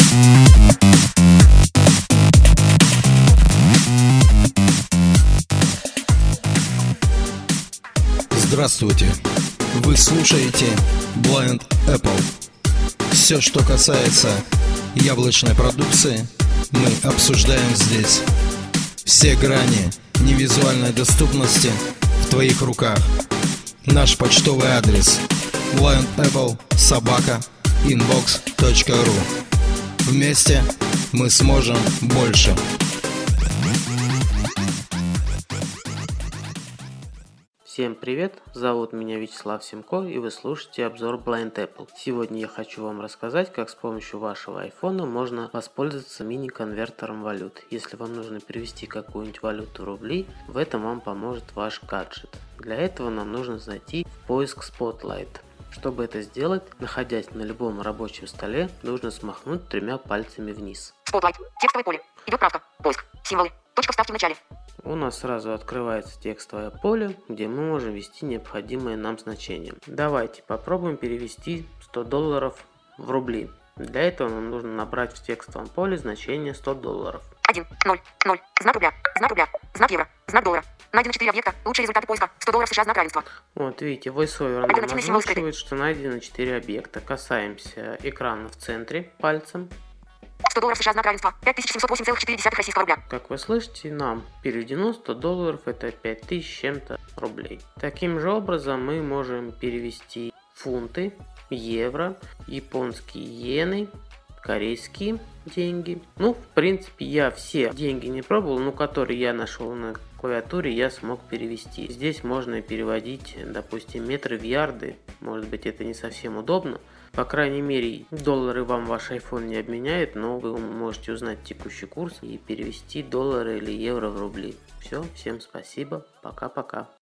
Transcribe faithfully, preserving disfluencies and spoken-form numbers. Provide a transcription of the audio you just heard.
Здравствуйте! Вы слушаете Blind Apple. Все, что касается яблочной продукции, мы обсуждаем здесь. Все грани невизуальной доступности в твоих руках. Наш почтовый адрес blindapple собака inbox точка ру. Вместе мы сможем больше. Всем привет, зовут меня Вячеслав Семко, и вы слушаете обзор Blind Apple. Сегодня я хочу вам рассказать, как с помощью вашего айфона можно воспользоваться мини-конвертером валют. Если вам нужно перевести какую-нибудь валюту в рубли, в этом вам поможет ваш гаджет. Для этого нам нужно зайти в поиск Spotlight. Чтобы это сделать, находясь на любом рабочем столе, нужно смахнуть тремя пальцами вниз. Spotlight. Текстовое поле. Идет правка. Поиск. Символы. Точка вставки в начале. У нас сразу открывается текстовое поле, где мы можем ввести необходимые нам значения. Давайте попробуем перевести сто долларов в рубли. Для этого нам нужно набрать в текстовом поле значение сто долларов. один, ноль, ноль, знак рубля, знак рубля, знак евро, знак доллара. Найдено четыре объекта. Лучшие результаты поиска. сто долларов США, знак равенства. Вот видите, VoiceOver нам озвучивает, что найдено четыре объекта. Касаемся экрана в центре пальцем. сто долларов США, знак равенства. пять тысяч семьсот восемь целых четыре десятых российского рубля. Как вы слышите, нам переведено сто долларов, это пять тысяч чем-то рублей. Таким же образом мы можем перевести фунты, евро, японские иены, корейские деньги. Ну, в принципе, я все деньги не пробовал, но которые я нашел на клавиатуре, я смог перевести. Здесь можно переводить, допустим, метры в ярды. Может быть, это не совсем удобно. По крайней мере, доллары вам ваш iPhone не обменяет, но вы можете узнать текущий курс и перевести доллары или евро в рубли. Все, всем спасибо, пока-пока.